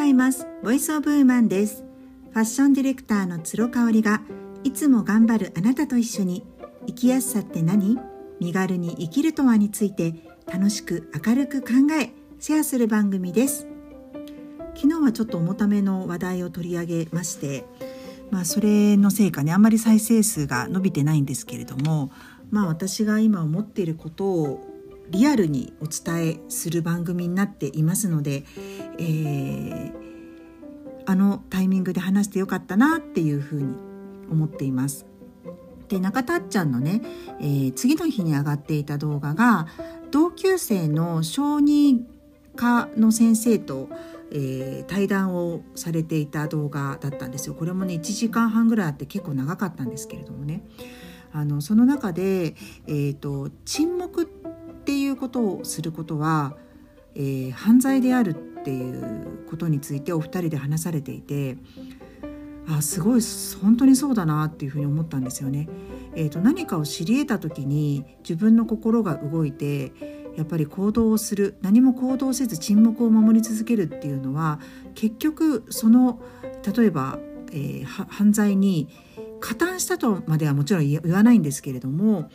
ざいます。ボイスオブウーマンです。ファッションディレクターの鶴香織がいつも頑張るあなたと一緒に生きやすさって何？身軽に生きるとはについて楽しく明るく考えシェアする番組です。昨日はちょっと重ための話題を取り上げまして、それのせいかね、あんまり再生数が伸びてないんですけれども、私が今思っていることをリアルにお伝えする番組になっていますので、あのタイミングで話してよかったなっていうふうに思っています。で、中田あっちゃんのね、次の日に上がっていた動画が同級生の小児科の先生と、対談をされていた動画だったんですよ。これもね1時間半ぐらいあって結構長かったんですけれどもね、その中で、沈黙っていうことをすることは、犯罪であるっていうことについてお二人で話されていて、すごい本当にそうだなっていうふうに思ったんですよね。何かを知り得た時に自分の心が動いてやっぱり行動をする、何も行動せず沈黙を守り続けるっていうのは結局その例えば、犯罪に加担したとまではもちろん言わないんですけれども、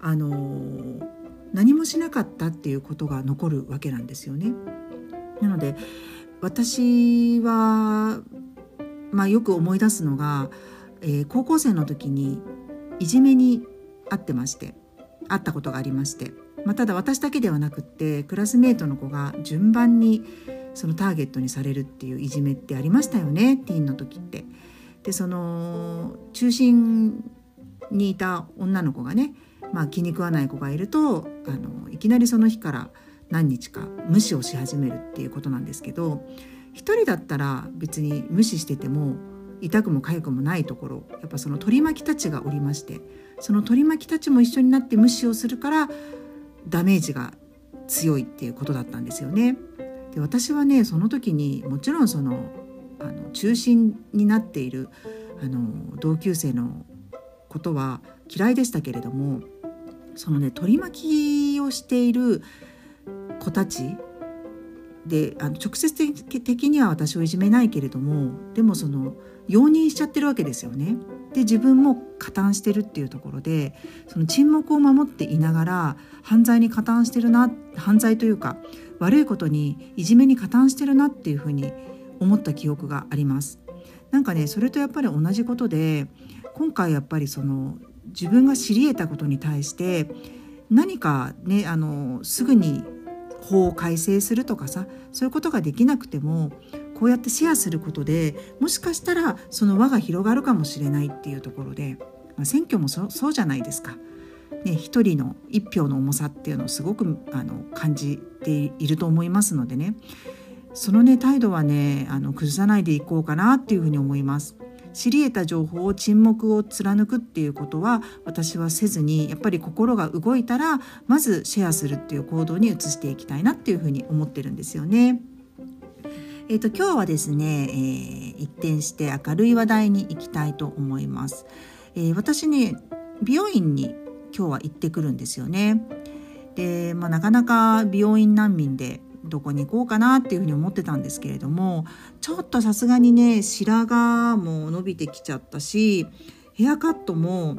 何もしなかったっていうことが残るわけなんですよね。なので私は、よく思い出すのが、高校生の時にいじめに遭ったことがありまして、ただ私だけではなくってクラスメートの子が順番にそのターゲットにされるっていういじめってありましたよね、ティーンの時って。で、その中心にいた女の子がね、気に食わない子がいるといきなりその日から何日か無視をし始めるっていうことなんですけど、一人だったら別に無視してても痛くも痒くもないところ、やっぱその取り巻きたちがおりまして、その取り巻きたちも一緒になって無視をするからダメージが強いっていうことだったんですよね。で、私はねその時にもちろんその中心になっている同級生のことは嫌いでしたけれども、そのね取り巻きをしている子たちで直接的には私をいじめないけれども、でもその容認しちゃってるわけですよね。で、自分も加担してるっていうところで、その沈黙を守っていながら犯罪に加担してるな、犯罪というか悪いことにいじめに加担してるなっていうふうに思った記憶があります。なんかね、それとやっぱり同じことで、今回やっぱりその自分が知り得たことに対して何かねすぐに法を改正するとかさ、そういうことができなくてもこうやってシェアすることでもしかしたらその輪が広がるかもしれないっていうところで、選挙もそうじゃないですか、ね、一人の一票の重さっていうのをすごく感じていると思いますのでね、そのね態度はね崩さないでいこうかなっていうふうに思います。知り得た情報を沈黙を貫くっていうことは私はせずに、やっぱり心が動いたらまずシェアするっていう行動に移していきたいなっていうふうに思ってるんですよね。今日はですね、一転して明るい話題に行きたいと思います。私ね美容院に今日は行ってくるんですよね。で、なかなか美容院難民でどこに行こうかなっていうふうに思ってたんですけれども、ちょっとさすがにね白髪も伸びてきちゃったし、ヘアカットも、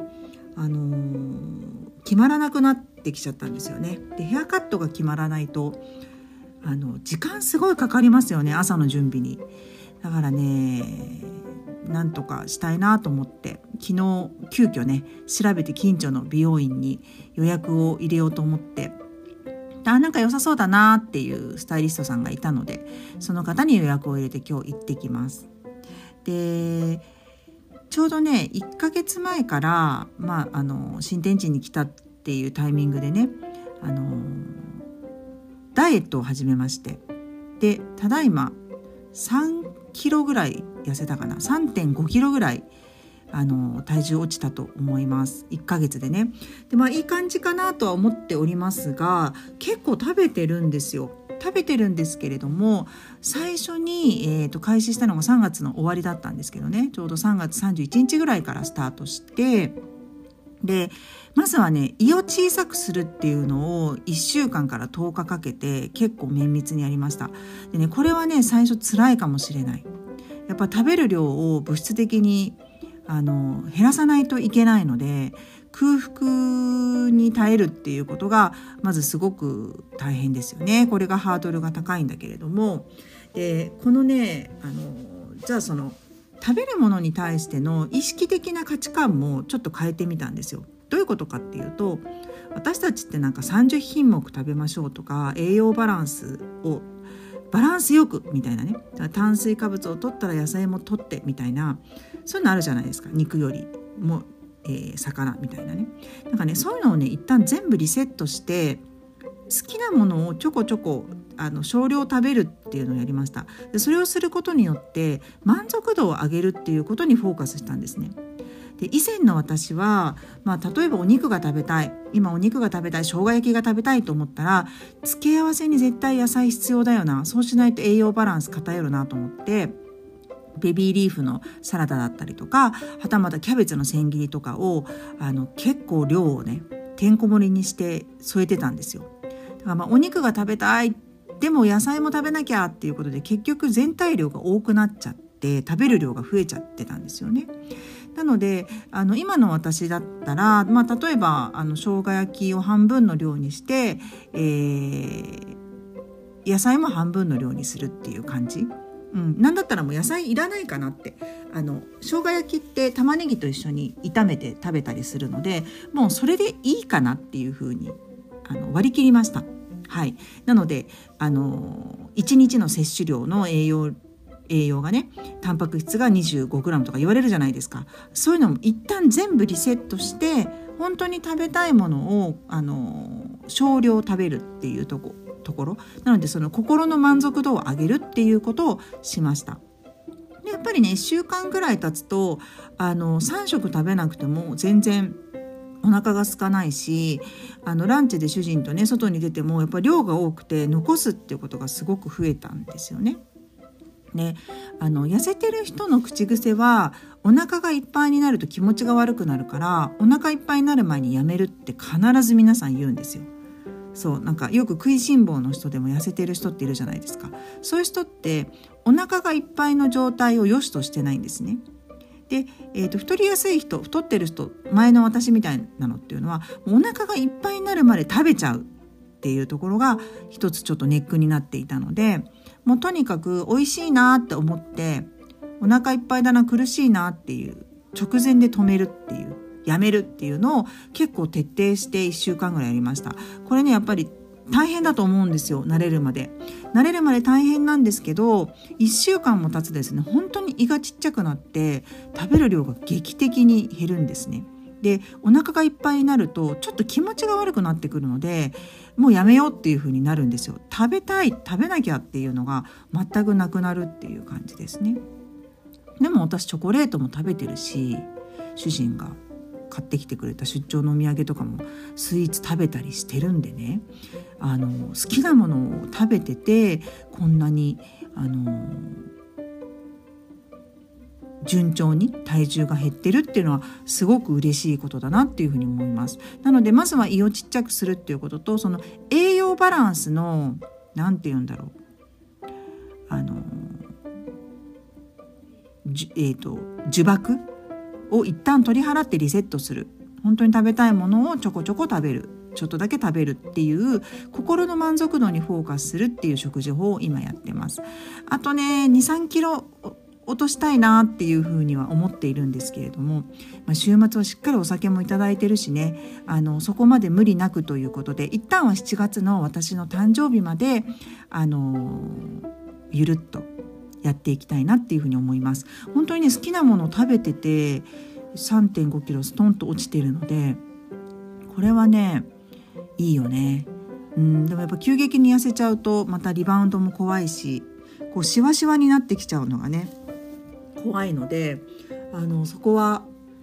決まらなくなってきちゃったんですよね。で、ヘアカットが決まらないと時間すごいかかりますよね、朝の準備に。だからねなんとかしたいなと思って昨日急遽ね調べて近所の美容院に予約を入れようと思って、なんか良さそうだなっていうスタイリストさんがいたので、その方に予約を入れて今日行ってきます。で、ちょうどね1ヶ月前から、新天地に来たっていうタイミングでねダイエットを始めまして、でただいま3キロぐらい痩せたかな、 3.5 キロぐらい体重落ちたと思います。1ヶ月でね。で、いい感じかなとは思っておりますが、結構食べてるんですよ。食べてるんですけれども、最初に、開始したのが3月の終わりだったんですけどね、ちょうど3月31日ぐらいからスタートして、で、 まずはね、胃を小さくするっていうのを1週間から10日かけて結構綿密にやりました。でね、これはね、最初辛いかもしれない。やっぱ食べる量を物質的に減らさないといけないので、空腹に耐えるっていうことがまずすごく大変ですよね。これがハードルが高いんだけれども、でこのねじゃあその食べるものに対しての意識的な価値観もちょっと変えてみたんですよ。どういうことかっていうと、私たちってなんか30品目食べましょうとか、栄養バランスよくみたいなね、炭水化物を取ったら野菜も取ってみたいな、そういうのあるじゃないですか。肉よりも、魚みたいなね。なんかね、そういうのをね一旦全部リセットして、好きなものをちょこちょこ少量食べるっていうのをやりました。でそれをすることによって満足度を上げるっていうことにフォーカスしたんですね。で以前の私は、例えばお肉が食べたい、今お肉が食べたい、生姜焼きが食べたいと思ったら、付け合わせに絶対野菜必要だよな、そうしないと栄養バランス偏るなと思って、ベビーリーフのサラダだったりとか、はたまたキャベツの千切りとかを結構量をねてんこ盛りにして添えてたんですよ。だからお肉が食べたい、でも野菜も食べなきゃっていうことで、結局全体量が多くなっちゃって、食べる量が増えちゃってたんですよね。なので今の私だったら、例えば生姜焼きを半分の量にして、野菜も半分の量にするっていう感じ。なんだったらもう野菜いらないかなって。生姜焼きって玉ねぎと一緒に炒めて食べたりするので、もうそれでいいかなっていう風に割り切りました。はい。なので1日の摂取量の栄養がね、タンパク質が 25g とか言われるじゃないですか。そういうのも一旦全部リセットして、本当に食べたいものを少量食べるっていうところなので、その心の満足度を上げるっていうことをしました。でやっぱりね、1週間ぐらい経つと3食食べなくても全然お腹が空かないし、ランチで主人とね外に出てもやっぱり量が多くて残すっていうことがすごく増えたんですよね。で痩せてる人の口癖は、お腹がいっぱいになると気持ちが悪くなるから、お腹いっぱいになる前にやめるって必ず皆さん言うんですよ。そうなんかよく食いしん坊の人でも痩せてる人っているじゃないですか。そういう人ってお腹がいっぱいの状態を良しとしてないんですね。で、太りやすい人、太ってる人、前の私みたいなのっていうのは、お腹がいっぱいになるまで食べちゃうっていうところが一つちょっとネックになっていたので、もうとにかく美味しいなって思って、お腹いっぱいだな、苦しいなっていう直前で止めるっていう、やめるっていうのを結構徹底して1週間ぐらいやりました。これね、やっぱり大変だと思うんですよ。慣れるまで大変なんですけど、1週間も経つですね、本当に胃がちっちゃくなって食べる量が劇的に減るんですね。でお腹がいっぱいになるとちょっと気持ちが悪くなってくるので、もうやめようっていう風になるんですよ。食べたい、食べなきゃっていうのが全くなくなるっていう感じですね。でも私チョコレートも食べてるし、主人が買ってきてくれた出張のお土産とかもスイーツ食べたりしてるんでね、好きなものを食べててこんなに順調に体重が減ってるっていうのはすごく嬉しいことだなっていうふうに思います。なのでまずは胃をちっちゃくするっていうことと、その栄養バランスのなんて言うんだろう、呪縛を一旦取り払ってリセットする。本当に食べたいものをちょこちょこ食べる、ちょっとだけ食べるっていう心の満足度にフォーカスするっていう食事法を今やってます。あとね 2,3 キロ落としたいなっていうふうには思っているんですけれども、週末はしっかりお酒もいただいてるしね、そこまで無理なくということで、一旦は7月の私の誕生日までゆるっとやっていきたいなっていうふうに思います。本当にね、好きなものを食べてて 3.5 キロストンと落ちてるので、これはねいいよね。でもやっぱ急激に痩せちゃうとまたリバウンドも怖いし、こうシワシワになってきちゃうのがね怖いので、そこは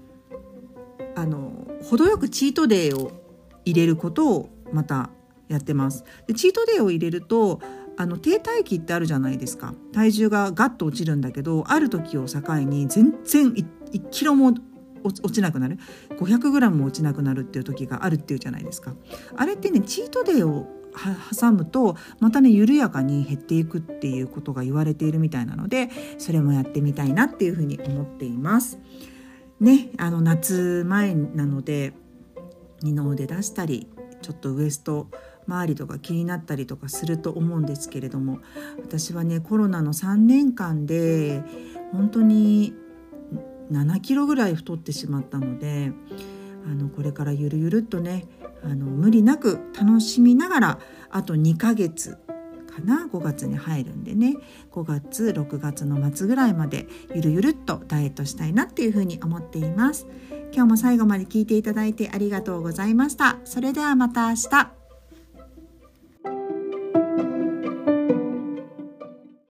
程よくチートデーを入れることをまたやってます。でチートデーを入れると停滞期ってあるじゃないですか。体重がガッと落ちるんだけど、ある時を境に全然1キロも落ちなくなる、500g も落ちなくなるっていう時があるっていうじゃないですか。あれってね、チートデイを挟むとまたね緩やかに減っていくっていうことが言われているみたいなので、それもやってみたいなっていうふうに思っていますね。夏前なので二の腕出したり、ちょっとウエスト周りとか気になったりとかすると思うんですけれども、私はねコロナの3年間で本当に7キロぐらい太ってしまったので、これからゆるゆるっとね無理なく楽しみながら、あと2ヶ月かな、5月に入るんでね、5月6月の末ぐらいまでゆるゆるっとダイエットしたいなっていうふうに思っています。今日も最後まで聞いていただいてありがとうございました。それではまた明日。